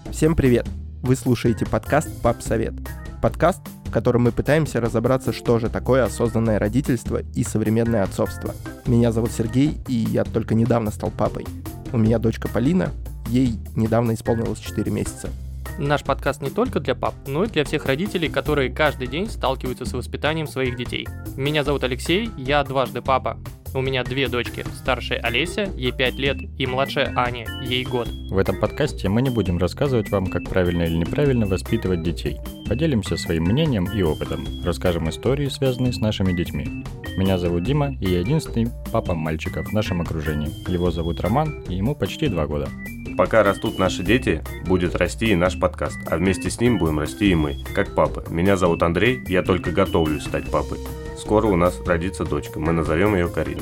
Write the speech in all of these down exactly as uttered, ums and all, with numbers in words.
Всем привет! Вы слушаете подкаст «Пап-совет». Подкаст, в котором мы пытаемся разобраться, что же такое осознанное родительство и современное отцовство. Меня зовут Сергей, и я только недавно стал папой. У меня дочка Полина, ей недавно исполнилось четыре месяца. Наш подкаст не только для пап, но и для всех родителей, которые каждый день сталкиваются с воспитанием своих детей. Меня зовут Алексей, я дважды папа. У меня две дочки, старшая Олеся, ей пять лет, и младшая Аня, ей год. В этом подкасте мы не будем рассказывать вам, как правильно или неправильно воспитывать детей. Поделимся своим мнением и опытом, расскажем истории, связанные с нашими детьми. Меня зовут Дима, и я единственный папа мальчиков в нашем окружении. Его зовут Роман, и ему почти два года. Пока растут наши дети, будет расти и наш подкаст, а вместе с ним будем расти и мы, как папы. Меня зовут Андрей, я только готовлюсь стать папой. Скоро у нас родится дочка, мы назовем ее Карина.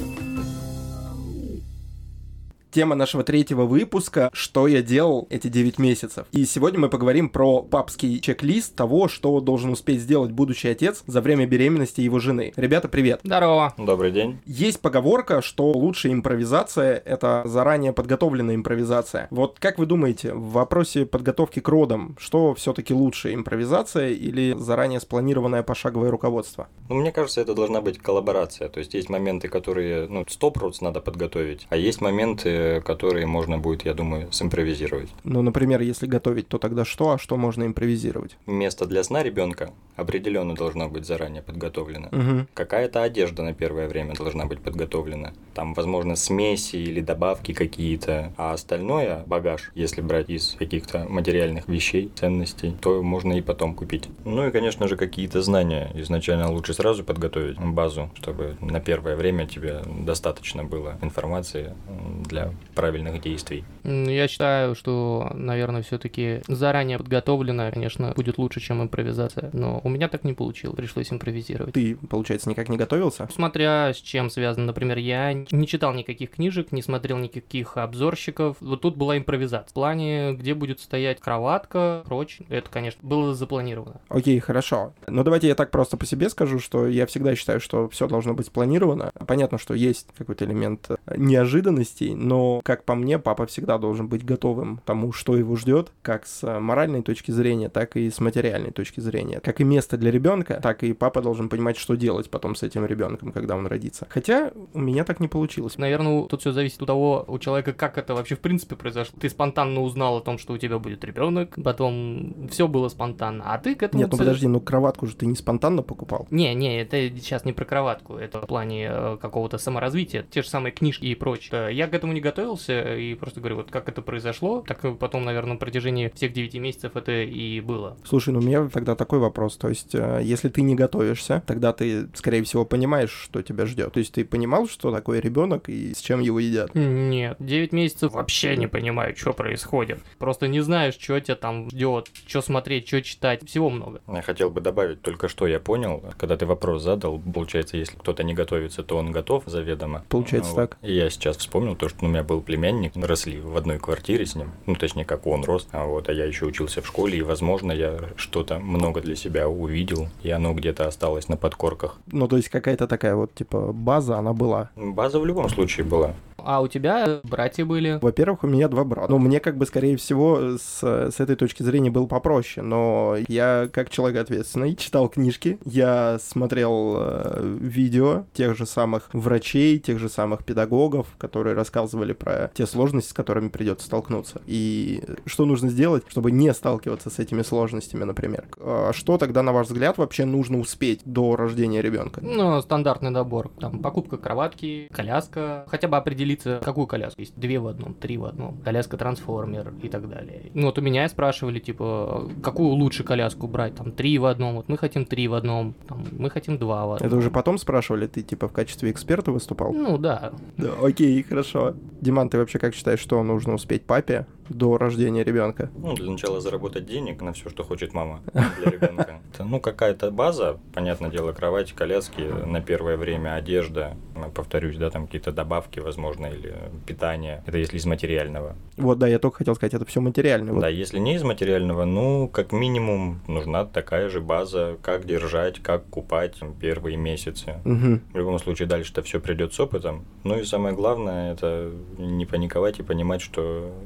Тема нашего третьего выпуска «Что я делал эти девять месяцев?». И сегодня мы поговорим про папский чек-лист того, что должен успеть сделать будущий отец за время беременности его жены. Ребята, привет! Здорово! Добрый день! Есть поговорка, что лучшая импровизация — это заранее подготовленная импровизация. Вот как вы думаете, в вопросе подготовки к родам, что все-таки лучше, импровизация или заранее спланированное пошаговое руководство? Ну, мне кажется, это должна быть коллаборация. То есть есть моменты, которые, ну, сто процентов надо подготовить, а есть моменты, которые можно будет, я думаю, симпровизировать. Ну, например, если готовить, то тогда что, а что можно импровизировать? Место для сна ребенка определенно должно быть заранее подготовлено. Угу. Какая-то одежда на первое время должна быть подготовлена. Там, возможно, смеси или добавки какие-то. А остальное, багаж, если брать из каких-то материальных вещей, ценностей, то можно и потом купить. Ну и, конечно же, какие-то знания. Изначально лучше сразу подготовить базу, чтобы на первое время тебе достаточно было информации для правильных действий. Я считаю, что, наверное, все-таки заранее подготовлено, конечно, будет лучше, чем импровизация. Но у меня так не получилось, пришлось импровизировать. Ты, получается, никак не готовился? Смотря с чем связано. Например, я не читал никаких книжек, не смотрел никаких обзорщиков. Вот тут была импровизация. В плане, где будет стоять кроватка, прочее. Это, конечно, было запланировано. Окей, хорошо. Но давайте я так просто по себе скажу, что я всегда считаю, что все должно быть спланировано. Понятно, что есть какой-то элемент неожиданностей, но как по мне, папа всегда должен быть готовым к тому, что его ждет, как с моральной точки зрения, так и с материальной точки зрения. Как и место для ребенка, так и папа должен понимать, что делать потом с этим ребенком, когда он родится. Хотя у меня так не получилось. Наверное, тут все зависит от того, у человека, как это вообще в принципе произошло. Ты спонтанно узнал о том, что у тебя будет ребенок, потом все было спонтанно, а ты к этому... Нет, ну подожди, ну кроватку же ты не спонтанно покупал? Не, не, это сейчас не про кроватку, это в плане э, какого-то саморазвития, те же самые книжки и прочее. Я к этому не готовился и просто говорю, вот как это произошло, так и потом, наверное, на протяжении всех девяти месяцев это и было. Слушай, ну у меня тогда такой вопрос, то есть если ты не готовишься, тогда ты, скорее всего, понимаешь, что тебя ждет. То есть ты понимал, что такое ребенок и с чем его едят? Нет, девять месяцев вообще не понимаю, что происходит. Просто не знаешь, что тебя там ждет, что смотреть, что читать, всего много. Я хотел бы добавить, только что я понял, когда ты вопрос задал, получается, если кто-то не готовится, то он готов заведомо. Получается вот. так. И я сейчас вспомнил то, что у меня был племянник, росли в одной квартире с ним, ну, точнее, как он рос, а вот, а я еще учился в школе, и, возможно, я что-то много для себя увидел, и оно где-то осталось на подкорках. Ну, то есть какая-то такая вот, типа, база, она была. База в любом случае была. А у тебя братья были? Во-первых, у меня два брата. Ну, мне как бы, скорее всего, с, с этой точки зрения было попроще, но я, как человек ответственный, читал книжки, я смотрел э, видео тех же самых врачей, тех же самых педагогов, которые рассказывали про те сложности, с которыми придется столкнуться. И что нужно сделать, чтобы не сталкиваться с этими сложностями, например. А что тогда, на ваш взгляд, вообще нужно успеть до рождения ребенка? Ну, стандартный набор. Там покупка кроватки, коляска, хотя бы определиться, какую коляску. Есть две в одном, три в одном. Коляска-трансформер и так далее. Ну, вот у меня спрашивали, типа, какую лучше коляску брать? Там, три в одном. Вот мы хотим три в одном. Там, мы хотим два в одном. Это уже потом спрашивали? Ты, типа, в качестве эксперта выступал? Ну, да. Да, окей, хорошо. Диман, ты вообще как считаешь, что нужно успеть папе до рождения ребенка? Ну, для начала заработать денег на все, что хочет мама для ребенка. Ну, какая-то база, понятное дело, кровать, коляски, на первое время одежда, повторюсь, да, там какие-то добавки, возможно, или питание. Это если из материального. Вот, да, я только хотел сказать, это все материальное. Да, если не из материального, ну, как минимум, нужна такая же база, как держать, как купать первые месяцы. Угу. В любом случае, дальше-то все придет с опытом. Ну и самое главное, это не паниковать и понимать, что где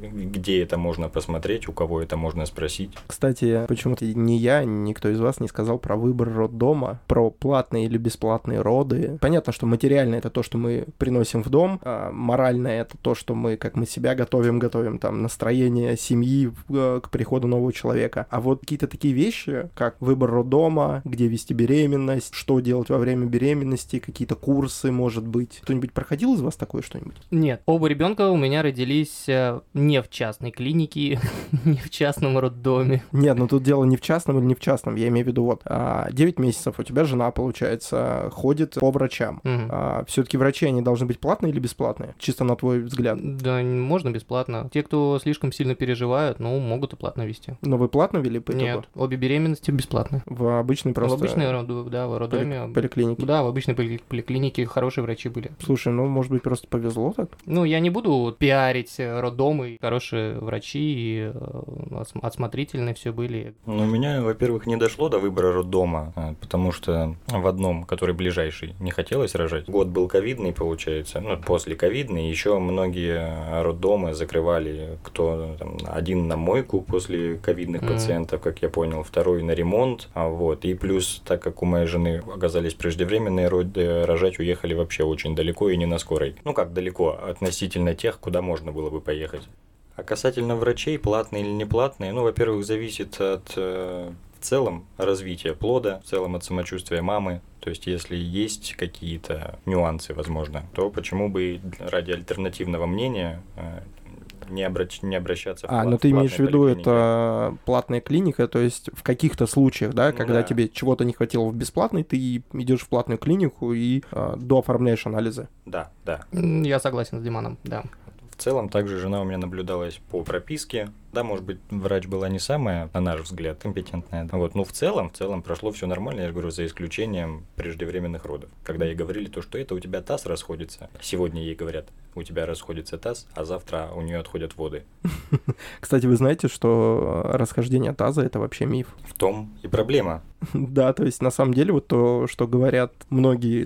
где это можно посмотреть, у кого это можно спросить. Кстати, почему-то ни я, никто из вас не сказал про выбор роддома, про платные или бесплатные роды. Понятно, что материально это то, что мы приносим в дом, а морально это то, что мы, как мы себя готовим, готовим там настроение семьи к приходу нового человека. А вот какие-то такие вещи, как выбор роддома, где вести беременность, что делать во время беременности, какие-то курсы, может быть. Кто-нибудь проходил из вас такое что-нибудь? Нет, оба ребенка у меня родились не в частной клинике, не в частном роддоме. Нет, ну тут дело не в частном или не в частном, я имею в виду вот девять месяцев у тебя жена, получается, ходит по врачам. Угу. А, все-таки врачи, они должны быть платные или бесплатные? Чисто на твой взгляд. Да, можно бесплатно. Те, кто слишком сильно переживают, ну, могут и платно вести. Но вы платно вели по итогу? Нет, обе беременности бесплатно. В обычной просто... В обычной, да, в роддоме. Поли... Поликлинике? Да, в обычной поли... поликлинике хорошие врачи были. Слушай, ну, может быть, просто повезло так? Ну, я не буду пиарить роддомы. Хорошие врачи, и осмотрительные все были. Ну, у меня, во-первых, не дошло до выбора роддома, потому что в одном, который ближайший, не хотелось рожать. Год был ковидный, получается, ну, после ковидный. Еще многие роддомы закрывали, кто там, один на мойку после ковидных mm. пациентов, как я понял, второй на ремонт. Вот. И плюс, так как у моей жены оказались преждевременные роды, рожать уехали вообще очень далеко и не на скорой. Ну, как далеко, относительно тех, куда можно было бы поехать. А касательно врачей, платные или не платные, ну, во-первых, зависит от э, в целом развития плода, в целом от самочувствия мамы. То есть, если есть какие-то нюансы, возможно, то почему бы ради альтернативного мнения э, не, обращ... не обращаться в А, пла- ну ты имеешь в виду, поликлинике. это платная клиника, то есть в каких-то случаях, да, Ну когда да. тебе чего-то не хватило в бесплатной, ты идешь в платную клинику и э, дооформляешь анализы. Да, да. Я согласен с Диманом, да. В целом, также жена у меня наблюдалась по прописке. Да, может быть, врач была не самая, на наш взгляд, компетентная. Вот, но в целом, в целом прошло все нормально, я же говорю, за исключением преждевременных родов. Когда ей говорили то, что это у тебя таз расходится, сегодня ей говорят, у тебя расходится таз, а завтра у нее отходят воды. Кстати, вы знаете, что расхождение таза — это вообще миф? В том и проблема. Да, то есть на самом деле вот то, что говорят многие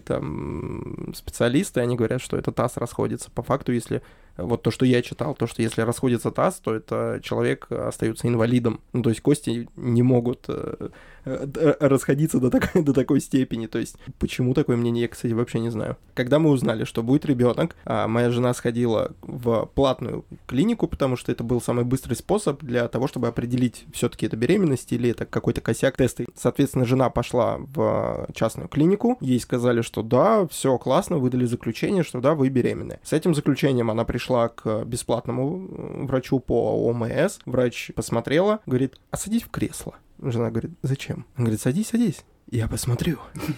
там специалисты, они говорят, что это таз расходится. По факту, если вот то, что я читал, то, что если расходится таз, то это человек остается инвалидом. Ну, то есть кости не могут э, э, расходиться до такой, до такой степени. То есть почему такое мнение, я, кстати, вообще не знаю. Когда мы узнали, что будет ребенок, а моя жена сходила в платную клинику, потому что это был самый быстрый способ для того, чтобы определить, все-таки это беременность или это какой-то косяк теста. Соответственно, жена пошла в частную клинику, ей сказали, что да, все классно, выдали заключение, что да, вы беременны. С этим заключением она пришла к бесплатному врачу по ОМС. Врач посмотрела, говорит, а садись в кресло. Жена говорит, зачем? Он говорит, садись, садись. Я посмотрю.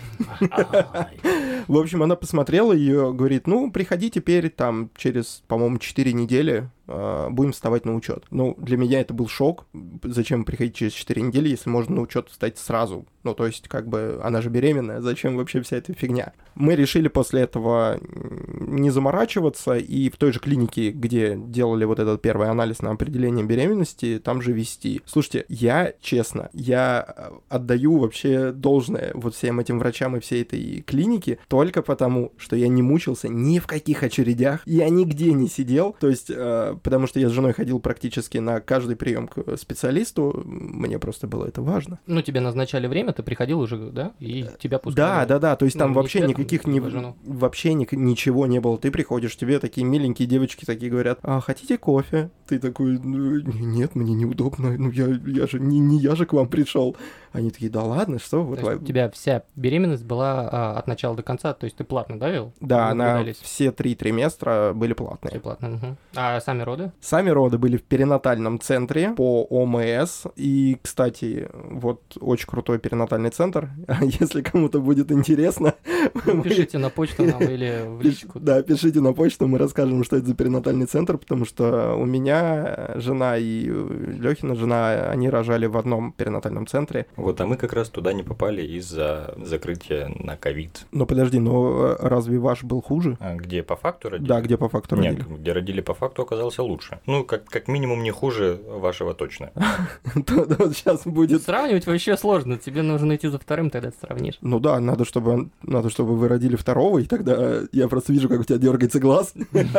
В общем, она посмотрела ее, говорит, ну, приходи теперь там через, по-моему, четыре недели, будем вставать на учет. Ну, для меня это был шок. Зачем приходить через четыре недели, если можно на учет встать сразу? Ну, то есть, как бы, она же беременная, зачем вообще вся эта фигня? Мы решили после этого не заморачиваться, и в той же клинике, где делали вот этот первый анализ на определение беременности, там же вести. Слушайте, я, честно, я отдаю вообще должное вот всем этим врачам и всей этой клинике только потому, что я не мучился ни в каких очередях, я нигде не сидел, то есть, э, потому что я с женой ходил практически на каждый прием к специалисту, мне просто было это важно. Ну, тебе назначали время, ты приходил уже, да, и тебя пускали. Да, да, да, то есть там ну, вообще не никаких, ни, вообще ни, ничего не было, ты приходишь, тебе такие миленькие девочки такие говорят, а хотите кофе? Ты такой, ну, нет, мне неудобно, ну, я, я же, не, не я же к вам пришел. Они такие, да ладно, что? Вот у тебя вся беременность была а, от начала до конца, то есть ты платно, да, вел? Да, на все три триместра были платные. Все платные, угу. А сами роды? Сами роды были в перинатальном центре по ОМС, и, кстати, вот очень крутой перинатальный центр, если кому-то будет интересно. Пишите на почту нам или в личку. Да, пишите на почту, мы расскажем, что это за перинатальный центр, потому что у меня жена и Лёхина жена, они рожали в одном перинатальном центре. Вот, а мы как раз туда не попали из-за закрытия на ковид. Но подожди, но разве ваш был хуже? А где по факту родили? Да, где по факту родили. Нет, где родили по факту, оказался оказался лучше. Ну, как, как минимум не хуже вашего точно. Сейчас будет... Сравнивать вообще сложно, тебе нужно идти за вторым, тогда ты сравнишь. Ну да, надо, чтобы надо, чтобы вы родили второго, и тогда я просто вижу, как у тебя дергается глаз.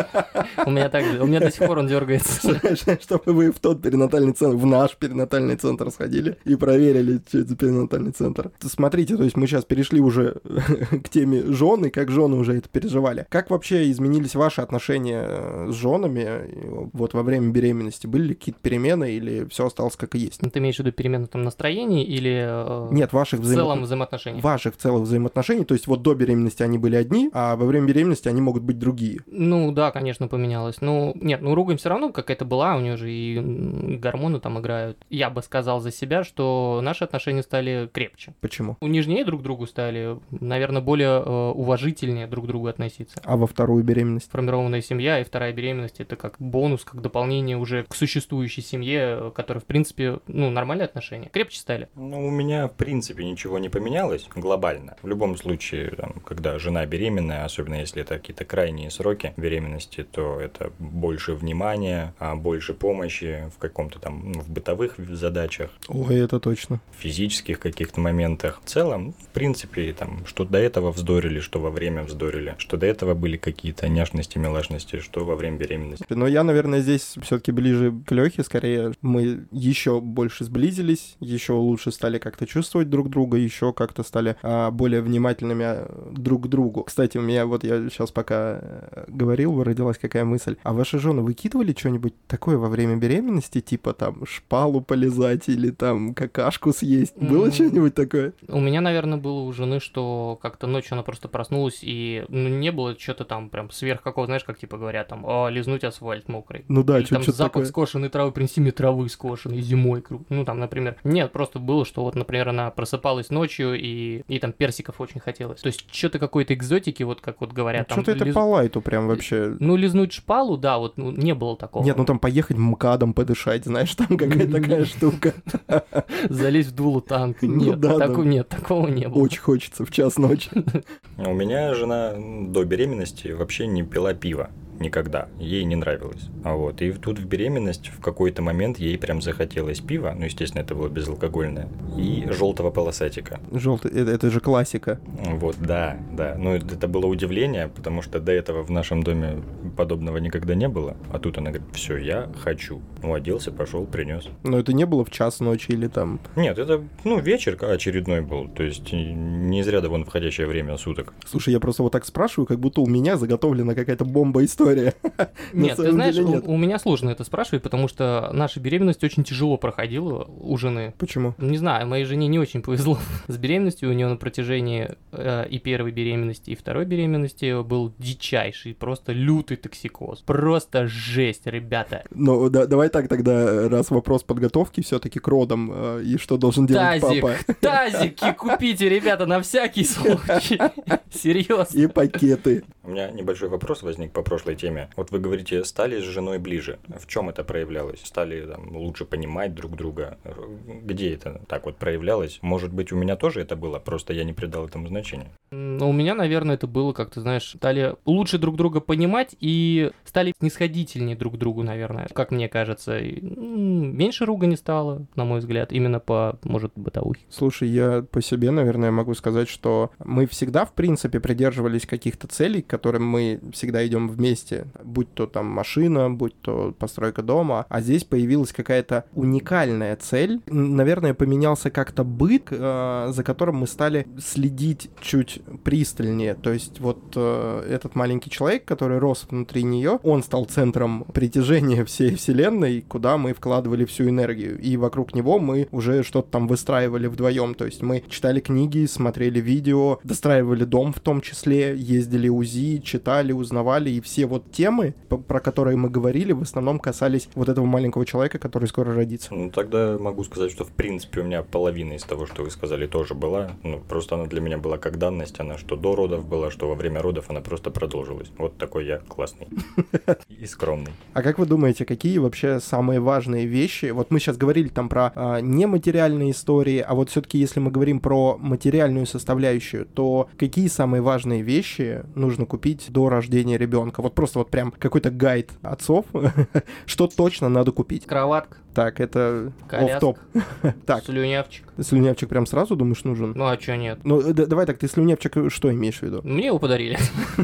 У меня так же, у меня до сих пор он дергается. Чтобы вы в тот перинатальный центр, в наш перинатальный центр сходили и проверили, что это за перинатальный центр. Смотрите, то есть мы сейчас перешли уже к теме жены, как жены уже это переживали. Как вообще изменились ваши отношения с женами вот во время беременности? Были ли какие-то перемены или все осталось как и есть? Ты имеешь в виду перемены там настроений или Нет, ваших в взаимо... целом взаимоотношений? Ваших целых взаимоотношений, то есть вот до беременности они были одни, а во время беременности они могут быть другие. Ну да, конечно, поменялось. Ну, нет, ну ругань все равно какая-то была, у нее же и гормоны там играют. Я бы сказал за себя, что наши отношения стали крепче. Почему? Нежнее друг к другу стали, наверное, более э, уважительнее друг к другу относиться. А во вторую беременность? Формированная семья и вторая беременность — это как бонус, как дополнение уже к существующей семье, которая, в принципе, ну, нормальные отношения. Крепче стали. Ну, у меня, в принципе, ничего не поменялось глобально. В любом случае, там, когда жена беременная, особенно если это какие-то крайние сроки беременности, то это больше внимания, больше помощи в каком-то там, ну, в бытовых задачах. Ой, это точно. В физических каких-то моментах. В целом, в принципе, там, что до этого вздорили, что во время вздорили, что до этого были какие-то няшности, милашности, что во время беременности. Но я, наверное, здесь все-таки ближе к Лёхе, скорее мы еще больше сблизились, еще лучше стали как-то чувствовать друг друга, еще как-то стали а, более внимательными друг к другу. Кстати, у меня вот я сейчас пока говорил, родилась какая мысль. А ваши жены выкидывали что-нибудь такое во время беременности, типа там шпалу полизать или там какашку съесть? Было mm-hmm. что-нибудь такое? У меня, наверное, было у жены, что как-то ночью она просто проснулась, и ну, не было что-то там прям сверх какого, знаешь, как типа говорят, там, о, лизнуть асфальт мокрый. Ну да, или что-то там запах такое. скошенной травы, принеси мне травы скошенной зимой. Ну там, например. Нет, просто было, что вот, например, она просыпалась ночью, и, и там персиков очень хотелось. То есть что-то какой-то экзотики, вот как вот говорят. Ну, там, что-то лиз... это по лайту прям вообще. Ну, лизнуть шпалу, да, вот ну, не было такого. Нет, ну там поехать мкадом подышать, знаешь, там какая-то такая штука. Залезть в дуло танка. Нет, нет, такого не было. Очень хочется в час ночи. У меня жена до беременности вообще не пила пиво. Никогда. Ей не нравилось. А вот. И тут в беременность в какой-то момент ей прям захотелось пива. Ну, естественно, это было безалкогольное. И желтого полосатика. Желтый, это, это же классика. Вот, да, да. Ну, это было удивление, потому что до этого в нашем доме подобного никогда не было. А тут она говорит, все, я хочу. Ну, оделся, пошел, принес. Но это не было в час ночи или там... Нет, это, ну, вечер очередной был. То есть не из ряда вон входящее время суток. Слушай, я просто вот так спрашиваю, как будто у меня заготовлена какая-то бомба-история. Нет, ты знаешь, нет. У, у меня сложно это спрашивать, потому что наша беременность очень тяжело проходила у жены. Почему? Не знаю, моей жене не очень повезло с беременностью. У нее на протяжении э, и первой беременности, и второй беременности был дичайший, просто лютый токсикоз. Просто жесть, ребята. Ну, да, давай так тогда, раз вопрос подготовки все-таки к родам, э, и что должен делать тазик, папа? Тазики купите, ребята, на всякий случай. Серьезно. И пакеты. У меня небольшой вопрос возник по прошлой теме. Вот вы говорите, стали с женой ближе. В чем это проявлялось? Стали там, лучше понимать друг друга? Где это так вот проявлялось? Может быть, у меня тоже это было, просто я не придал этому значения. Ну, у меня, наверное, это было, как ты знаешь, стали лучше друг друга понимать и стали снисходительнее друг к другу, наверное, как мне кажется. Меньше ругани стало, на мой взгляд, именно по, может, бытовухе. Слушай, я по себе, наверное, могу сказать, что мы всегда, в принципе, придерживались каких-то целей, к которым мы всегда идем вместе, будь то там машина, будь то постройка дома, а здесь появилась какая-то уникальная цель. Наверное, поменялся как-то быт, э, за которым мы стали следить чуть пристальнее. То есть вот э, этот маленький человек, который рос внутри нее, он стал центром притяжения всей вселенной, куда мы вкладывали всю энергию. И вокруг него мы уже что-то там выстраивали вдвоем. То есть мы читали книги, смотрели видео, достраивали дом в том числе, ездили УЗИ, читали, узнавали, и все вот темы, про которые мы говорили, в основном касались вот этого маленького человека, который скоро родится. Ну, тогда могу сказать, что в принципе у меня половина из того, что вы сказали, тоже была. Ну, просто она для меня была как данность, она что до родов была, что во время родов она просто продолжилась. Вот такой я классный и скромный. А как вы думаете, какие вообще самые важные вещи? Вот мы сейчас говорили там про а, нематериальные истории, а вот все-таки если мы говорим про материальную составляющую, то какие самые важные вещи нужно купить до рождения ребенка? Вот просто просто вот прям какой-то гайд отцов, что точно надо купить. Кроватка. Так, это Коляска. офф-топ. Так, Слюнявчик. слюнявчик прям сразу, думаешь, нужен? Ну а чё нет? Ну, д- давай так, ты слюнявчик что имеешь в виду? Мне его подарили.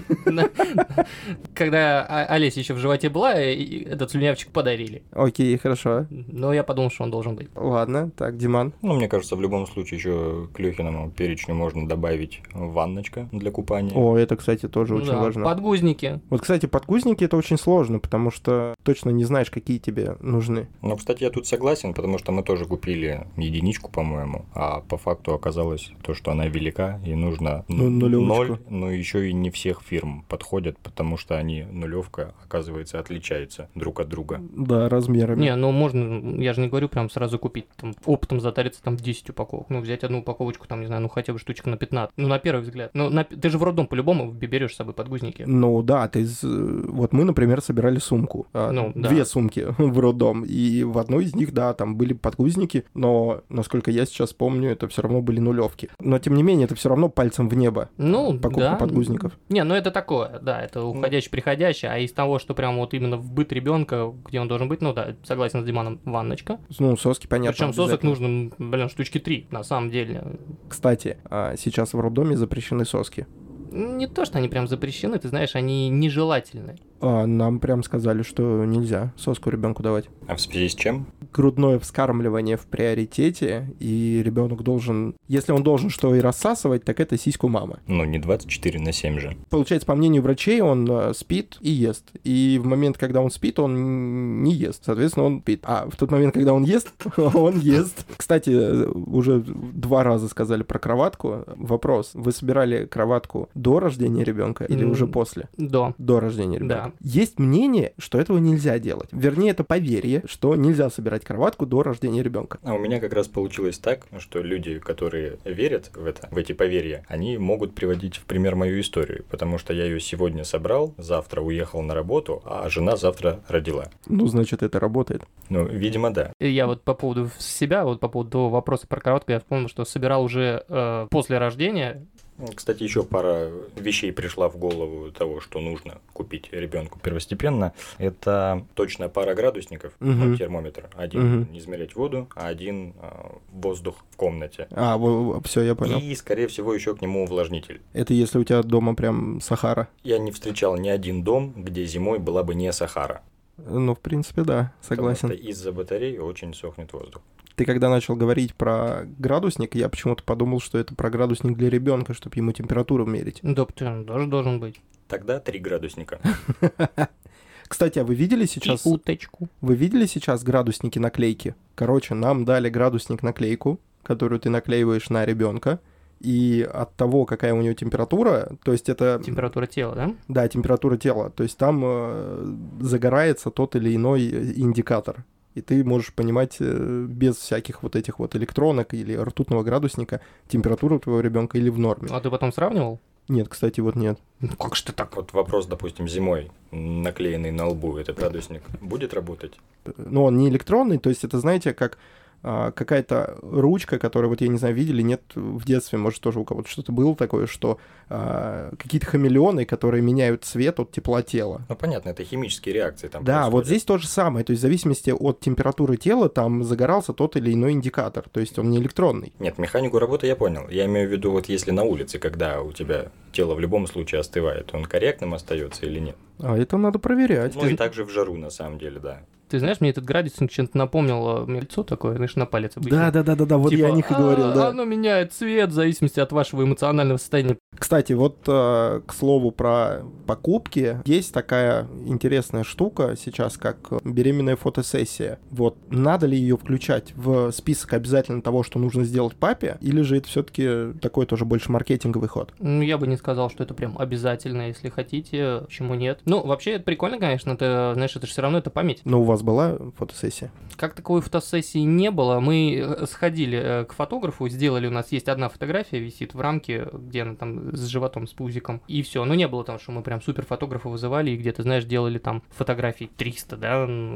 Когда Олеся еще в животе была, этот слюнявчик подарили. Окей, хорошо. Но я подумал, что он должен быть. Ладно, так, Диман. Ну, мне кажется, в любом случае еще к Лёхиному перечню можно добавить ванночка для купания. О, это, кстати, тоже Ну очень да, важно. подгузники. Вот, кстати, подгузники это очень сложно, потому что точно не знаешь, какие тебе нужны. Но, кстати, я тут согласен, потому что мы тоже купили единичку, по-моему, а по факту оказалось то, что она велика и нужно Ну, нулевочку. ноль, но еще и не всех фирм подходят, потому что они, нулевка, оказывается, отличаются друг от друга. Да, размерами. Не, ну можно, я же не говорю прям сразу купить, там, оптом затариться там десять упаковок, ну взять одну упаковочку, там, не знаю, ну хотя бы штучек на пятнадцать, ну на первый взгляд. Ну на, ты же в роддом по-любому берешь с собой подгузники. Ну да, ты с- вот мы, например, собирали сумку, а, Ну, да. две сумки в роддом, и в одной из них, да, там были подгузники, но, насколько я сейчас помню, это все равно были нулевки. Но, тем не менее, это все равно пальцем в небо, Ну, покупка да. подгузников. Не, ну это такое, да, это уходящий-приходящий, а из того, что прям вот именно в быт ребенка, где он должен быть, ну да, согласен с Диманом, ванночка. Ну, соски, понятно. Причем сосок обязательно. нужно, блин, штучки три, на самом деле. Кстати, а, сейчас в роддоме запрещены соски. Не то, что они прям запрещены, ты знаешь, они нежелательны. А, нам прям сказали, что нельзя соску ребенку давать. А в связи с чем? Грудное вскармливание в приоритете, и ребенок должен, если он должен что и рассасывать, так это сиську мамы. Ну, не двадцать четыре на семь же. Получается, по мнению врачей, он э, спит и ест. И в момент, когда он спит, он не ест. Соответственно, он спит. А в тот момент, когда он ест, он ест. Кстати, э, уже два раза сказали про кроватку. Вопрос. Вы собирали кроватку до рождения ребенка или М, уже после? Да. До рождения ребенка. Да. Есть мнение, что этого нельзя делать. Вернее, это поверье, что нельзя собирать кроватку до рождения ребенка. А у меня как раз получилось так, что люди, которые верят в это, в эти поверья, они могут приводить в пример мою историю, потому что я ее сегодня собрал, завтра уехал на работу, а жена завтра родила. Ну, значит, это работает. Ну, видимо, да. И я вот по поводу себя, вот по поводу того вопроса про кроватку, я вспомнил, что собирал уже э, после рождения. Кстати, еще пара вещей пришла в голову того, что нужно купить ребенку первостепенно. Это точная пара градусников, Мгм. ну, термометр. Один Мгм. измерять воду, а один а, воздух в комнате. А, все, я понял. И, скорее всего, еще к нему увлажнитель. Это если у тебя дома прям Сахара. Я не встречал ни один дом, где зимой была бы не Сахара. Ну, в принципе, да, согласен. Потому что из-за батареи очень сохнет воздух. Ты когда начал говорить про градусник, я почему-то подумал, что это про градусник для ребенка, чтобы ему температуру мерить. Да, он тоже должен быть. Тогда три градусника. Кстати, а вы видели сейчас? И уточку. Вы видели сейчас градусники наклейки? Короче, нам дали градусник наклейку, которую ты наклеиваешь на ребенка. И от того, какая у него температура, то есть это... Температура тела, да? Да, температура тела. То есть там э, загорается тот или иной индикатор. И ты можешь понимать э, без всяких вот этих вот электронок или ртутного градусника температуру твоего ребенка или в норме. А ты потом сравнивал? Нет, кстати, вот нет. Ну как же ты так? Вот вопрос, допустим, зимой, наклеенный на лбу, этот градусник будет работать? Но он не электронный, то есть это, знаете, как а, какая-то ручка, которую, вот я не знаю, видели, нет, в детстве, может, тоже у кого-то что-то было такое, что а, какие-то хамелеоны, которые меняют цвет от тепла тела. Ну, понятно, это химические реакции там Да, вот происходят. здесь то же самое, то есть в зависимости от температуры тела там загорался тот или иной индикатор, то есть он не электронный. Нет, механику работы я понял. Я имею в виду, вот если на улице, когда у тебя тело в любом случае остывает, он корректным остается или нет? А это надо проверять. Ну Ты- и также в жару, на самом деле, да. Ты знаешь, мне этот градусник чем-то напомнил, э, мне лицо такое, знаешь, на палец обычно. Да, да, да, да, да, вот Типа, я о них и говорил, «А, да. Оно меняет цвет в зависимости от вашего эмоционального состояния. Кстати, вот э, к слову про покупки, есть такая интересная штука сейчас, как беременная фотосессия. Вот надо ли ее включать в список обязательно того, что нужно сделать папе, или же это все-таки такой тоже больше маркетинговый ход? Ну, я бы не сказал, что это прям обязательно, если хотите, почему нет. Ну, вообще, это прикольно, конечно, это, знаешь, это же все равно это память. Но у вас была фотосессия? Как таковой фотосессии не было, мы э, сходили э, к фотографу, сделали, у нас есть одна фотография, висит в рамке, где она там с животом, с пузиком, и все. Но не было там, что мы прям супер фотографа вызывали и где-то, знаешь, делали там фотографий триста, да, ну,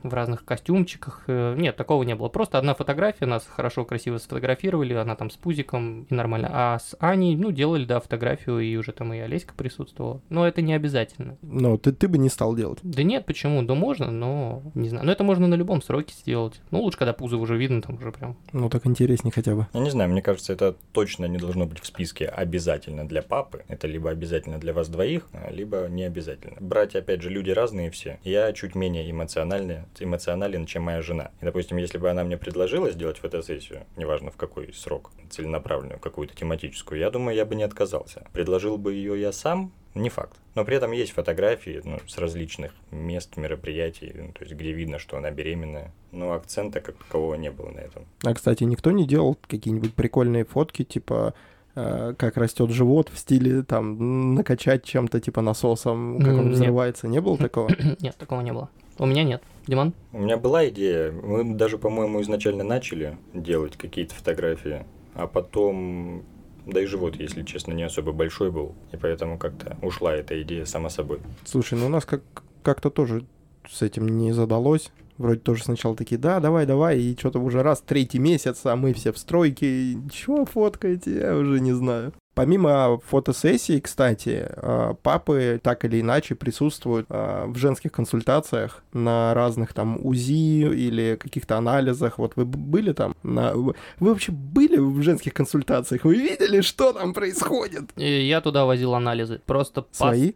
в разных костюмчиках. Нет, такого не было. Просто одна фотография, нас хорошо, красиво сфотографировали, она там с пузиком и нормально. А с Аней, ну, делали, да, фотографию, и уже там и Олеська присутствовала. Но это не обязательно. Но ты, ты бы не стал делать. Да нет, почему? Да можно, но не знаю. Но это можно на любом сроке сделать. Ну, лучше, когда пузо уже видно, там уже прям. Ну, так интереснее хотя бы. Я не знаю, мне кажется, это точно не должно быть в списке обязательно для папы. Это либо обязательно для вас двоих, либо не обязательно. Братья, опять же, люди разные все. Я чуть менее эмоциональный, эмоционален, чем моя жена. И, допустим, если бы она мне предложила сделать фотосессию, неважно в какой срок, целенаправленную, какую-то тематическую, я думаю, я бы не отказался. Предложил бы ее я сам, не факт. Но при этом есть фотографии, ну, с различных мест, мероприятий, ну, то есть где видно, что она беременная. Но акцента как такового не было на этом. А, кстати, никто не делал какие-нибудь прикольные фотки, типа э, как растет живот в стиле там накачать чем-то типа насосом, как он Нет. взрывается? Не было такого? Нет, такого не было. У меня нет. Диман? У меня была идея, мы даже, по-моему, изначально начали делать какие-то фотографии, а потом... Да и живот, если честно, не особо большой был, и поэтому как-то ушла эта идея сама собой. Слушай, ну у нас как- как-то тоже с этим не задалось. Вроде тоже сначала такие, да, давай, давай, и что-то уже раз третий месяц, а мы все в стройке, и чего фоткаете, я уже не знаю. Помимо фотосессий, кстати, папы так или иначе присутствуют в женских консультациях на разных там УЗИ или каких-то анализах. Вот вы были там? На... Вы вообще были в женских консультациях? Вы видели, что там происходит? И я туда возил анализы. Просто... Свои?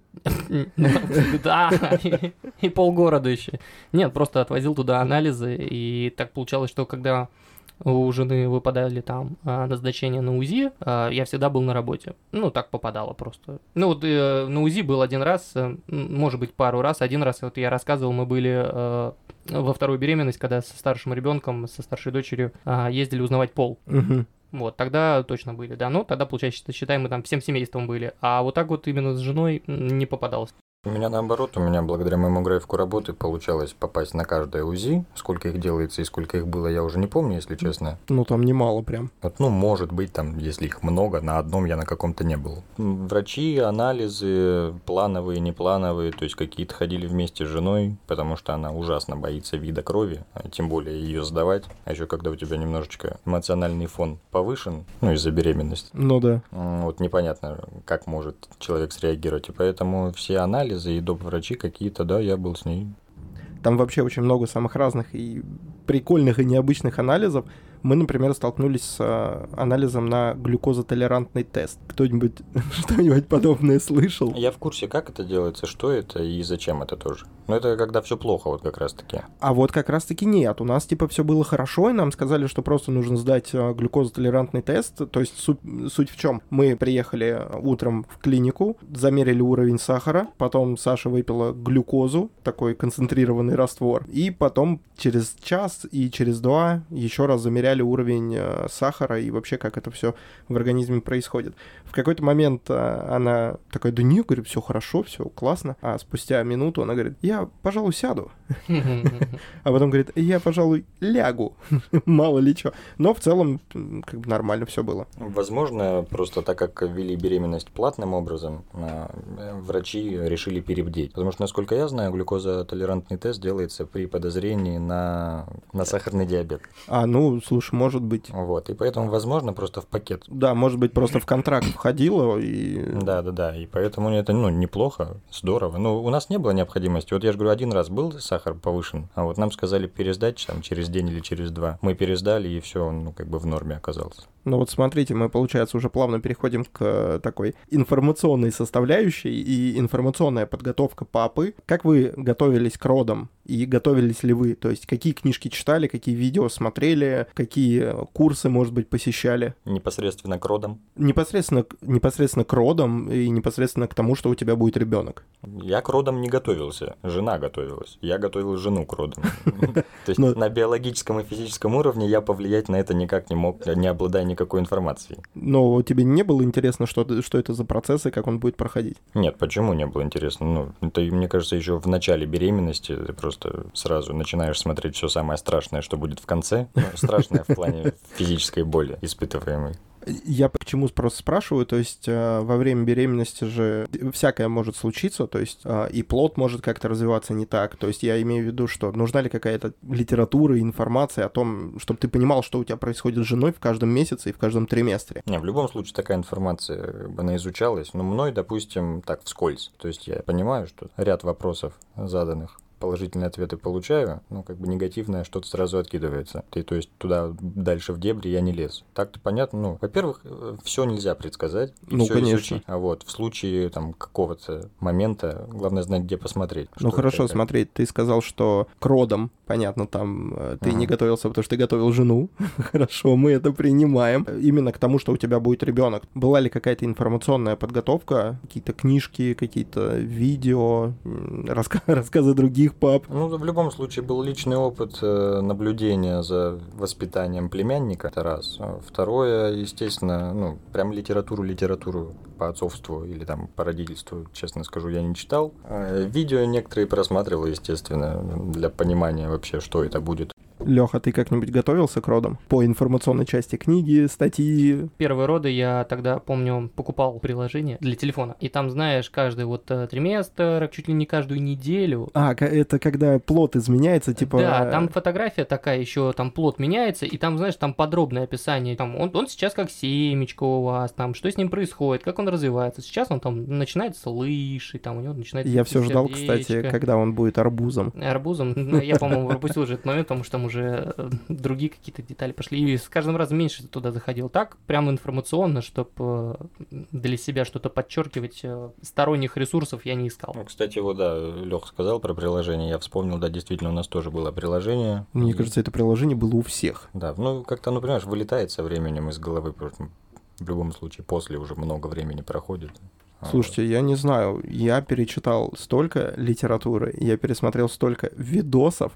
Да, и полгорода еще. Нет, просто отвозил туда анализы, и так получалось, что когда... у жены выпадали там а, назначения на УЗИ, а, я всегда был на работе. Ну, так попадало просто. Ну, вот э, на УЗИ был один раз, э, может быть, пару раз. Один раз, вот я рассказывал, мы были э, во вторую беременность, когда со старшим ребенком, со старшей дочерью э, ездили узнавать пол. Угу. Вот, тогда точно были, да. Ну, тогда, получается, считаем, мы там всем семейством были. А вот так вот именно с женой не попадалось. У меня наоборот, у меня благодаря моему графику работы получалось попасть на каждое УЗИ. Сколько их делается и сколько их было, я уже не помню, если честно. Ну, там немало прям. Вот, ну, может быть, там, если их много, на одном я на каком-то не был. Врачи, анализы, плановые, неплановые, то есть какие-то ходили вместе с женой, потому что она ужасно боится вида крови, а тем более ее сдавать. А еще когда у тебя немножечко эмоциональный фон повышен, ну, из-за беременности. Ну да. Вот непонятно, как может человек среагировать, и поэтому все анализы и доп. Врачи какие-то, да, я был с ней. Там вообще очень много самых разных и прикольных и необычных анализов. Мы, например, столкнулись с а, анализом на глюкозотолерантный тест. Кто-нибудь что-нибудь подобное слышал? Я в курсе, как это делается, что это и зачем это тоже. Но это когда все плохо вот как раз-таки. А вот как раз-таки нет. У нас типа все было хорошо, и нам сказали, что просто нужно сдать а, глюкозотолерантный тест. То есть суть, суть в чем? Мы приехали утром в клинику, замерили уровень сахара, потом Саша выпила глюкозу, такой концентрированный раствор, и потом через час и через два еще раз замеряли уровень э, сахара и вообще как это все в организме происходит. В какой-то момент э, она такая, да не, говорю, все хорошо, все классно. А спустя минуту она говорит, я, пожалуй, сяду. А потом говорит, я, пожалуй, лягу. Мало ли что. Но в целом как бы нормально все было. Возможно, просто так как ввели беременность платным образом, врачи решили перебдеть. Потому что, насколько я знаю, глюкозотолерантный тест делается при подозрении на, на сахарный диабет. А, ну, слушай, может быть. Вот, и поэтому, возможно, просто в пакет. Да, может быть, просто в контракт входило и... Да, да, да, и поэтому это, ну, неплохо, здорово. Ну, у нас не было необходимости. Вот я же говорю, один раз был сахар повышен, а вот нам сказали пересдать там через день или через два. Мы пересдали, и все, он, ну, как бы в норме оказался. Ну вот смотрите, мы, получается, уже плавно переходим к такой информационной составляющей и информационная подготовка папы. Как вы готовились к родам? И готовились ли вы? То есть какие книжки читали, какие видео смотрели, какие курсы, может быть, посещали? Непосредственно к родам? Непосредственно, непосредственно к родам и непосредственно к тому, что у тебя будет ребенок. Я к родам не готовился, жена готовилась. Я готовил жену к родам. То есть на биологическом и физическом уровне я повлиять на это никак не мог, не обладая никакой информацией. Но тебе не было интересно, что, что это за процесс и как он будет проходить? Нет, почему не было интересно? Ну, это, мне кажется, еще в начале беременности ты просто сразу начинаешь смотреть все самое страшное, что будет в конце. Ну, страшное в плане физической боли испытываемой. Я к чему просто спрашиваю, то есть э, во время беременности же всякое может случиться, то есть э, и плод может как-то развиваться не так, то есть я имею в виду, что нужна ли какая-то литература, информация о том, чтобы ты понимал, что у тебя происходит с женой в каждом месяце и в каждом триместре. Не, в любом случае такая информация, она изучалась, но мной, допустим, так вскользь, то есть я понимаю, что ряд вопросов заданных, положительные ответы получаю, но как бы негативное что-то сразу откидывается. И то есть туда дальше в дебри я не лез. Так-то понятно. Ну, во-первых, все нельзя предсказать. Ну, конечно. Изучить. А вот в случае там какого-то момента главное знать, где посмотреть. Ну хорошо, смотреть. Ты сказал, что к родам, понятно, там ты uh-huh. не готовился, потому что ты готовил жену. Хорошо, мы это принимаем. Именно к тому, что у тебя будет ребенок. Была ли какая-то информационная подготовка, какие-то книжки, какие-то видео, раска- рассказы других пап? Ну, в любом случае, был личный опыт э, наблюдения за воспитанием племянника, это раз. Второе, естественно, ну, прям литературу-литературу по отцовству или там по родительству, честно скажу, я не читал. Э, видео некоторые просматривал, естественно, для понимания вообще, что это будет. Лёха, ты как-нибудь готовился к родам? По информационной части книги, статьи? Первые роды я тогда, помню, покупал приложение для телефона. И там, знаешь, каждый вот триместр, чуть ли не каждую неделю. А, это когда плод изменяется, типа... Да, там фотография такая еще, там плод меняется, и там, знаешь, там подробное описание. Там он, он сейчас как семечко у вас, там, что с ним происходит, как он развивается. Сейчас он там начинает слышать, там у него начинает... Я все ждал, кстати, когда он будет арбузом. Арбузом? Я, по-моему, пропустил уже этот момент, потому что там уже другие какие-то детали пошли, и с каждым разом меньше туда заходил. Так, прямо информационно, чтобы для себя что-то подчеркивать, сторонних ресурсов я не искал. Ну, кстати, вот, да, Лёх сказал про приложение, я вспомнил, да, действительно, у нас тоже было приложение. Мне и... кажется, это приложение было у всех. Да, ну, как-то, ну, понимаешь, вылетает со временем из головы, в любом случае, после уже много времени проходит. Слушайте, я не знаю, я перечитал столько литературы, я пересмотрел столько видосов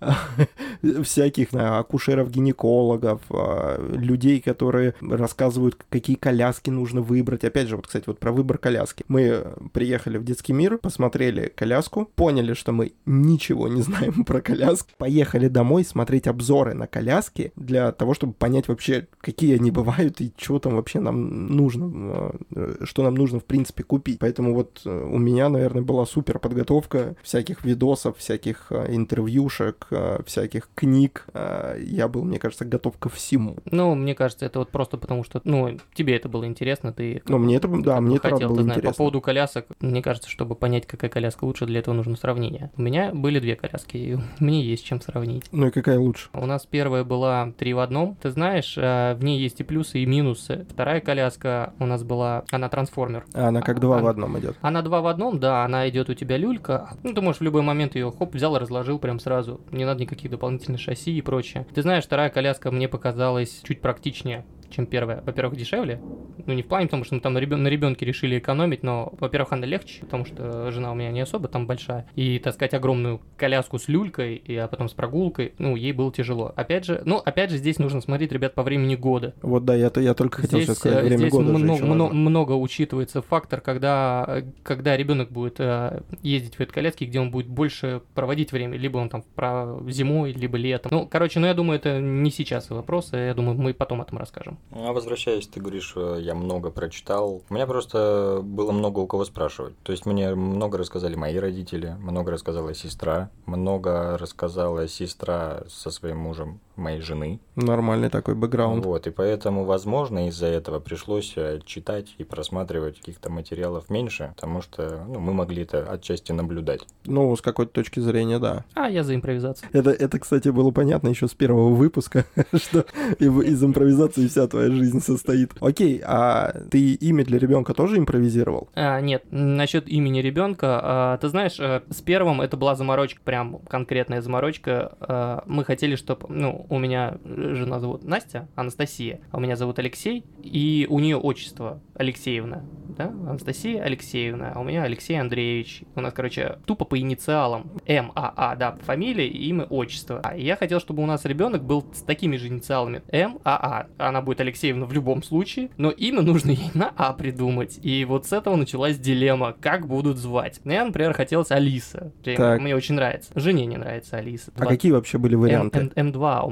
всяких акушеров, гинекологов, людей, которые рассказывают, какие коляски нужно выбрать. Опять же, вот, кстати, вот про выбор коляски. Мы приехали в детский мир, посмотрели коляску, поняли, что мы ничего не знаем про коляски, поехали домой смотреть обзоры на коляски для того, чтобы понять вообще, какие они бывают и что там вообще нам нужно, что нам нужно, в принципе, купить. Поэтому вот у меня, наверное, была супер подготовка всяких видосов, всяких интервьюшек, всяких книг. Я был, мне кажется, готов ко всему. Ну, мне кажется, это вот просто потому, что, ну, тебе это было интересно, ты... Ну, мне это, да, мне это хотел, было знаешь, интересно. По поводу колясок, мне кажется, чтобы понять, какая коляска лучше, для этого нужно сравнение. У меня были две коляски, и мне есть чем сравнить. Ну и какая лучше? У нас первая была три в одном. Ты знаешь, в ней есть и плюсы, и минусы. Вторая коляска у нас была, она трансформер. А она как два в одном идет. Она два в одном, да, она идет у тебя люлька. Ну, ты можешь в любой момент ее хоп, взял и разложил прям сразу. Не надо никаких дополнительных шасси и прочее. Ты знаешь, вторая коляска мне показалась чуть практичнее, чем первая. Во-первых, дешевле. Ну, не в плане, потому что мы там на, ребен... на ребенке решили экономить, но, во-первых, она легче, потому что жена у меня не особо там большая. И таскать огромную коляску с люлькой, и, а потом с прогулкой, ну, ей было тяжело. Опять же, ну, опять же, здесь нужно смотреть, ребят, по времени года. Вот, да, я, я только хотел здесь, сейчас сказать, время здесь года много, же много, много учитывается фактор, когда, когда ребенок будет э, ездить в этой коляске, где он будет больше проводить время, либо он там про зимой, либо летом. Ну, короче, ну, я думаю, это не сейчас вопрос, я думаю, мы потом о этом расскажем. А возвращаясь, ты говоришь, я много прочитал. У меня просто было много у кого спрашивать. То есть мне много рассказали мои родители, много рассказала сестра, много рассказала сестра со своим мужем моей жены. Нормальный такой бэкграунд. Вот, и поэтому, возможно, из-за этого пришлось читать и просматривать каких-то материалов меньше, потому что ну, мы могли это отчасти наблюдать. Ну, с какой-то точки зрения, да. А, я за импровизацию. Это, это кстати, было понятно еще с первого выпуска, что из импровизации вся твоя жизнь состоит. Окей, а ты имя для ребенка тоже импровизировал? А, нет, насчет имени ребенка, а, ты знаешь, с первым это была заморочка, прям конкретная заморочка. А, мы хотели, чтобы, ну, у меня жена зовут Настя, Анастасия, а у меня зовут Алексей, и у нее отчество Алексеевна, да, Анастасия Алексеевна, а у меня Алексей Андреевич. У нас, короче, тупо по инициалам М А А, да, фамилия, имя, отчество. А я хотел, чтобы у нас ребенок был с такими же инициалами М А А. Она будет Алексеевна в любом случае, но имя нужно ей на А придумать. И вот с этого началась дилемма, как будут звать. Я, например, хотелось Алиса. Так. Мне очень нравится. Жене не нравится Алиса. А какие вообще были варианты? М два у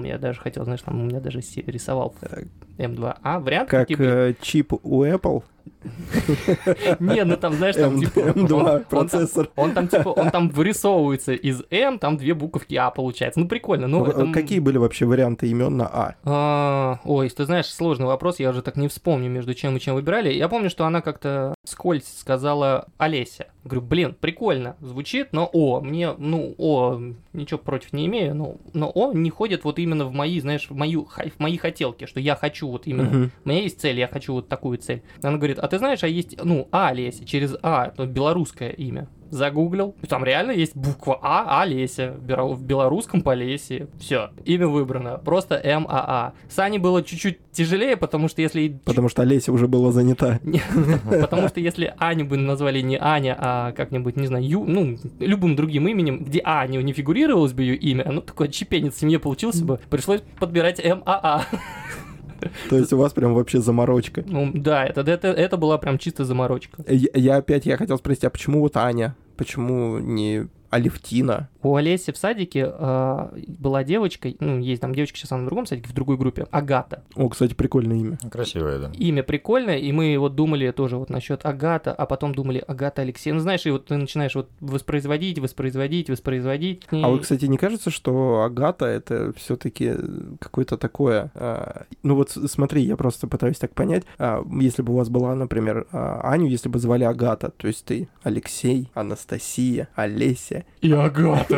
М. Я даже хотел, знаешь, там у меня даже рисовал эм два. А, вариант как э, чип у Apple. Не, ну там, знаешь, там типа... эм два процессор. Он там типа, он там вырисовывается из М, там две буковки А получается. Ну, прикольно. Ну, это... Какие были вообще варианты имен на А? а? Ой, ты знаешь, сложный вопрос, я уже так не вспомню, между чем и чем выбирали. Я помню, что она как-то вскользь сказала Олеся. Говорю, блин, прикольно звучит, но О, мне, ну, О, ничего против не имею, но, но О не ходит вот именно в мои, знаешь, в, мою, в мои хотелки, что я хочу вот именно, uh-huh. у меня есть цель, я хочу вот такую цель. Она говорит, а ты знаешь, а есть, ну, А Олеся, через А, это белорусское имя. Загуглил, там реально есть буква А, Олеся, в белорусском Полесье. Все, имя выбрано, просто эм а а. С Аней было чуть-чуть тяжелее, потому что если... Потому что Олеся уже была занята. Потому что если Аню бы назвали не Аня, а как-нибудь, не знаю, Ю, ну, любым другим именем, где Аня не фигурировалось бы ее имя, ну, такой отщепенец в семье получился бы, пришлось подбирать эм а а. То есть у вас прям вообще заморочка. Ну, да, это, это, это была прям чисто заморочка. Я, я опять, я хотел спросить, а почему вот Аня? Почему не Алевтина? У Олеси в садике э, была девочка, ну, есть там девочка сейчас она в другом садике, в другой группе, Агата. О, кстати, прикольное имя. Красивое, да. Имя прикольное, и мы вот думали тоже вот насчет Агата, а потом думали Агата Алексея. Ну, знаешь, и вот ты начинаешь вот воспроизводить, воспроизводить, воспроизводить. И... А вот, кстати, не кажется, что Агата — это все таки какое-то такое... А, ну вот смотри, я просто пытаюсь так понять. А, если бы у вас была, например, Аню, если бы звали Агата, то есть ты Алексей, Анастасия, Олеся... И Агата.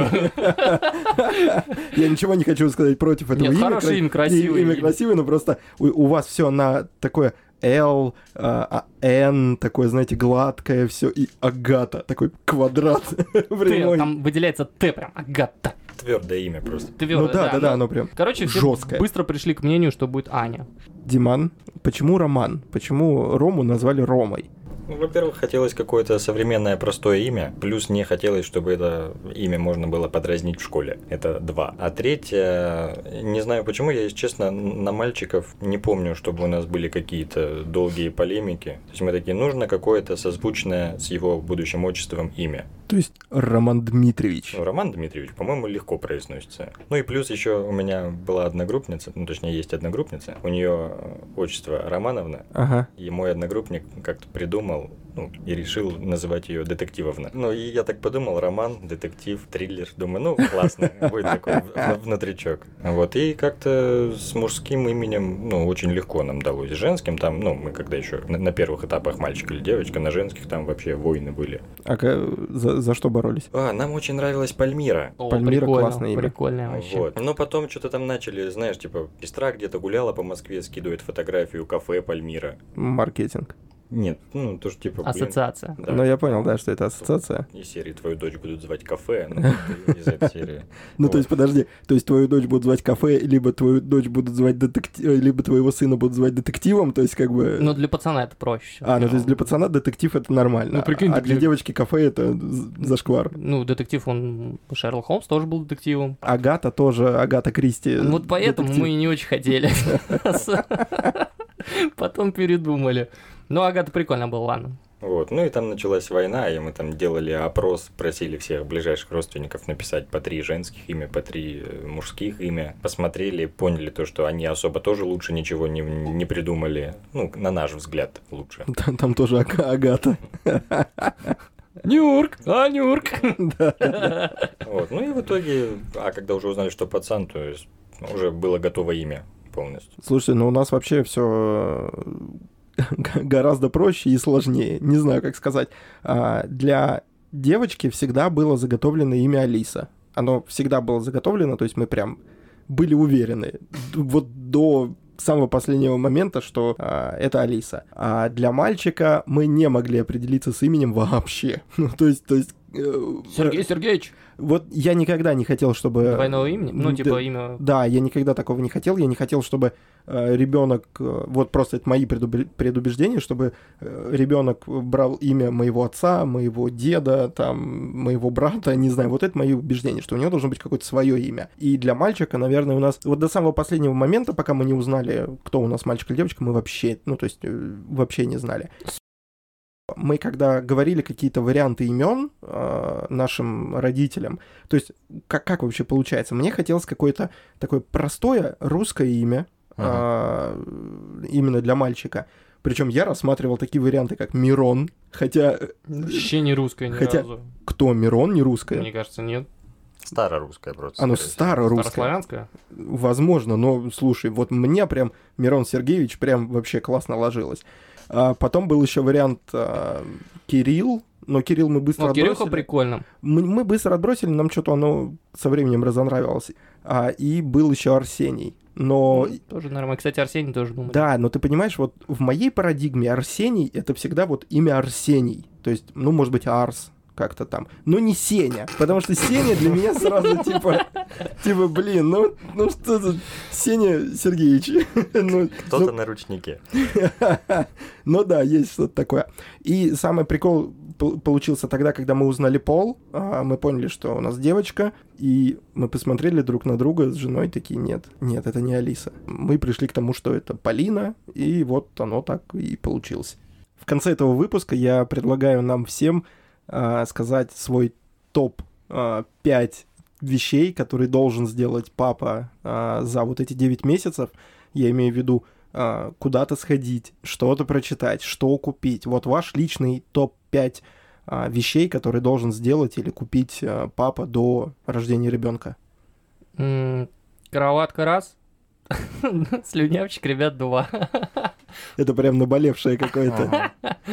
Я ничего не хочу сказать против этого имя. Нет, хорошее имя, красивое. Имя красивое, но просто у вас все на такое L, N, такое, знаете, гладкое все, и Агата, такой квадрат прямой. Там выделяется Т прям, Агата. Твердое имя просто. Твердое, ну да, да, да, да, оно прям короче, все жесткое. Быстро пришли к мнению, что будет Аня. Диман, почему Роман? Почему Рому назвали Ромой? Ну, во-первых, хотелось какое-то современное простое имя, плюс не хотелось, чтобы это имя можно было подразнить в школе. Это два. А третье, не знаю почему, я, если честно, на мальчиков не помню, чтобы у нас были какие-то долгие полемики. То есть мы такие, нужно какое-то созвучное с его будущим отчеством имя. То есть Роман Дмитриевич. Ну, Роман Дмитриевич, по-моему, легко произносится. Ну и плюс еще у меня была одногруппница, ну точнее есть одногруппница, у нее отчество Романовна, ага. И мой одногруппник как-то придумал, ну, и решил называть ее детективовна. Ну, и я так подумал, роман, детектив, триллер. Думаю, ну, классно, будет такой внутричок. Вот, и как-то с мужским именем, ну, очень легко нам далось. С женским там, ну, мы когда еще на первых этапах мальчик или девочка, на женских там вообще войны были. А за, за что боролись? А, нам очень нравилась Пальмира. О, Пальмира классное имя. Прикольное вообще. Вот. Но потом что-то там начали, знаешь, типа, сестра где-то гуляла по Москве, скидывает фотографию кафе Пальмира. Маркетинг. Нет, ну, тоже типа, блин, ассоциация. Да. Ну, я понял, да, что это ассоциация. Из серии «Твою дочь будут звать кафе», ну, из этой серии. Ну, то есть, подожди, то есть твою дочь будут звать кафе, либо твою дочь будут звать детективом, либо твоего сына будут звать детективом, то есть, как бы... Ну, для пацана это проще. А, ну, то есть для пацана детектив — это нормально, Ну, прикинь, а для для- девочки кафе — это зашквар. Ну, детектив, он... Шерлок Холмс тоже был детективом. Агата тоже, Агата Кристи. Вот поэтому детектив. мы и не очень хотели. Потом передумали. Ну, Агата прикольно была, ладно. Вот, ну и там началась война, и мы там делали опрос, просили всех ближайших родственников написать по три женских имя, по три э, мужских имя. Посмотрели, поняли то, что они особо тоже лучше ничего не, не придумали. Ну, на наш взгляд, лучше. Там, там тоже Ага- Агата. Нюрк, а Нюрк. Вот, ну и в итоге, а когда уже узнали, что пацан, то есть уже было готово имя полностью. Слушайте, ну у нас вообще все гораздо проще и сложнее. Не знаю, как сказать. А, Для девочки всегда было заготовлено имя Алиса. Оно всегда было заготовлено, то есть мы прям были уверены вот до самого последнего момента, что а, это Алиса. А для мальчика мы не могли определиться с именем вообще. Ну, то есть, то есть э, Сергей Сергеевич. вот я никогда не хотел, чтобы... Двойного имени? Ну, Да. типа имя... Да, я никогда такого не хотел. Я не хотел, чтобы э, ребенок, э, вот просто это мои предуб- предубеждения, чтобы э, ребенок брал имя моего отца, моего деда, там, моего брата, не знаю. Вот это мои убеждения, что у него должно быть какое-то свое имя. И для мальчика, наверное, у нас вот до самого последнего момента, пока мы не узнали, кто у нас мальчик или девочка, мы вообще, ну, то есть э, вообще не знали. Мы когда говорили какие-то варианты имен э, нашим родителям, то есть как, как вообще получается? Мне хотелось какое-то такое простое русское имя, ага. э, именно для мальчика. Причем я рассматривал такие варианты, как Мирон, хотя... Вообще не русское ни хотя... разу. Кто, Мирон, не русское? Мне кажется, нет. Старорусское просто. Оно старорусское. Старославянское? Возможно, но, слушай, вот мне прям Мирон Сергеевич прям вообще классно ложилось. А потом был еще вариант а, Кирилл, но Кирилл мы быстро ну, отбросили. Кирюха прикольно. Мы, мы быстро отбросили, нам что-то оно со временем разонравилось. А, и был еще Арсений. Но... Ну, тоже нормально. Кстати, Арсений тоже думаю. Да, но ты понимаешь, вот в моей парадигме Арсений — это всегда вот имя Арсений. То есть, ну, может быть, Арс как-то там. Но не Сеня, потому что Сеня для меня сразу типа, типа, блин, ну, ну что за Сеня Сергеевич. ну, Кто-то ну... на ручнике. ну да, есть что-то такое. И самый прикол получился тогда, когда мы узнали пол, мы поняли, что у нас девочка, и мы посмотрели друг на друга с женой, такие, нет, нет, это не Алиса. Мы пришли к тому, что это Полина, и вот оно так и получилось. В конце этого выпуска я предлагаю нам всем Uh, сказать свой топ uh, пять вещей, которые должен сделать папа uh, за вот эти девять месяцев. Я имею в виду uh, куда-то сходить, что-то прочитать, что купить. Вот ваш личный топ пять uh, вещей, которые должен сделать или купить uh, папа до рождения ребенка. Mm, кроватка раз, слюнявчик, ребят, два. Это прям наболевшее какое-то.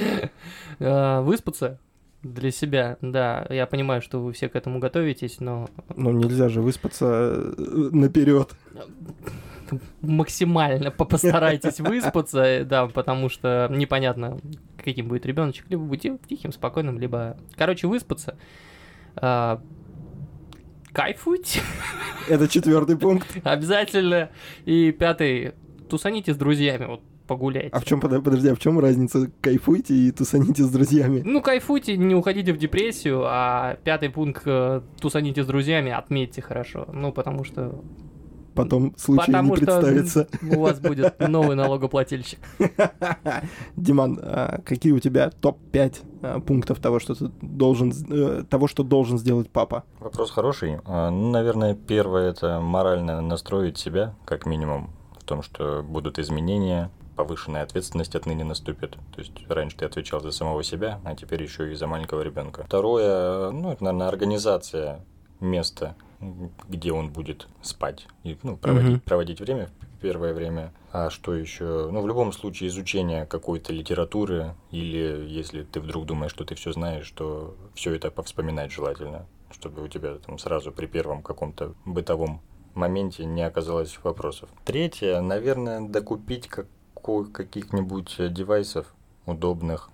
Выспаться. Для себя, да. Я понимаю, что вы все к этому готовитесь, но... Ну, нельзя же выспаться наперед. Максимально постарайтесь выспаться, да, потому что непонятно, каким будет ребеночек. Либо будете тихим, спокойным, либо... Короче, выспаться. А... Кайфуйте. Это четвертый пункт. Обязательно. И пятый. Тусаните с друзьями, вот. Погуляйте. А в чем, подожди, а в чем разница? Кайфуйте и тусаните с друзьями. Ну, кайфуйте, не уходите в депрессию, а пятый пункт тусаните с друзьями, отметьте хорошо. Ну, потому что... Потом случай не представится. У вас будет новый налогоплательщик. Диман, какие у тебя топ пять пунктов того, что ты должен, того, что должен сделать папа? Вопрос хороший. Ну, наверное, первое — это морально настроить себя, как минимум, в том, что будут изменения, повышенная ответственность отныне наступит. То есть раньше ты отвечал за самого себя, а теперь еще и за маленького ребенка. Второе, ну, это, наверное, организация места, где он будет спать и ну, проводить, mm-hmm. проводить время в первое время. А что еще? Ну, в любом случае, изучение какой-то литературы, или если ты вдруг думаешь, что ты все знаешь, то все это повспоминать желательно, чтобы у тебя там сразу при первом каком-то бытовом моменте не оказалось вопросов. Третье, наверное, докупить как каких-нибудь девайсов удобных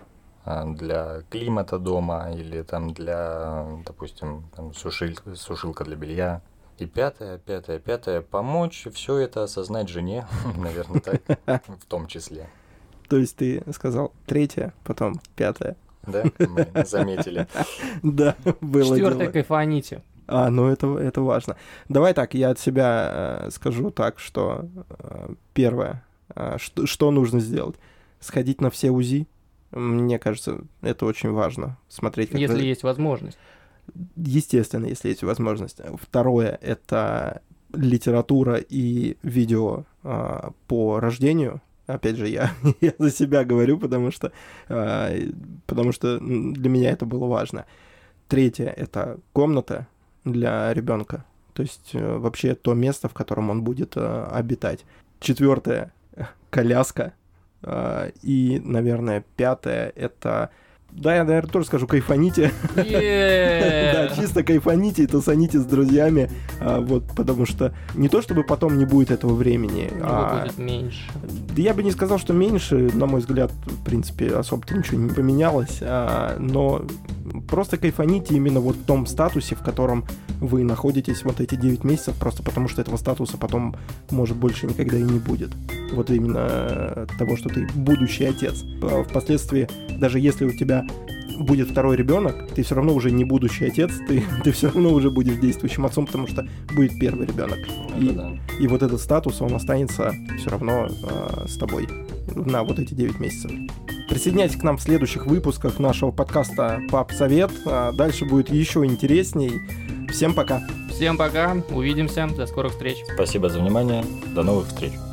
для климата дома или там для, допустим, там, сушиль, сушилка для белья. И пятое, пятое, пятое, помочь все это осознать жене, наверное, так, в том числе. То есть ты сказал третье, потом пятое. Да, мы заметили. Да, было дело. Четвертое, кайфаните. А, ну это, это важно. Давай так, я от себя э, скажу так, что э, первое, э, что, что нужно сделать? Сходить на все УЗИ. Мне кажется, это очень важно. Смотреть, как... Если вы... есть возможность. Естественно, если есть возможность. Второе, это литература и видео э, по рождению. Опять же, я, я за себя говорю, потому что, э, потому что для меня это было важно. Третье, это комната для ребенка, то есть э, вообще то место, в котором он будет э, обитать. Четвертое — коляска. Э, и, наверное, пятое — это... Да, я, наверное, тоже скажу, кайфаните. Yeah. Да, чисто кайфаните и тусаните с друзьями, а, вот, потому что не то, чтобы потом не будет этого времени. Его а... будет меньше. Да я бы не сказал, что меньше, на мой взгляд, в принципе, особо-то ничего не поменялось, а, но просто кайфаните именно вот в том статусе, в котором вы находитесь вот эти девять месяцев, просто потому что этого статуса потом, может, больше никогда и не будет. Вот именно того, что ты будущий отец. Впоследствии, даже если у тебя будет второй ребенок, ты все равно уже не будущий отец, ты, ты все равно уже будешь действующим отцом, потому что будет первый ребенок. И, да. и вот этот статус, он останется все равно э, с тобой на вот эти девять месяцев. Присоединяйтесь к нам в следующих выпусках нашего подкаста «Пап Совет». Дальше будет еще интересней. Всем пока. Всем пока, увидимся, до скорых встреч. Спасибо за внимание, до новых встреч.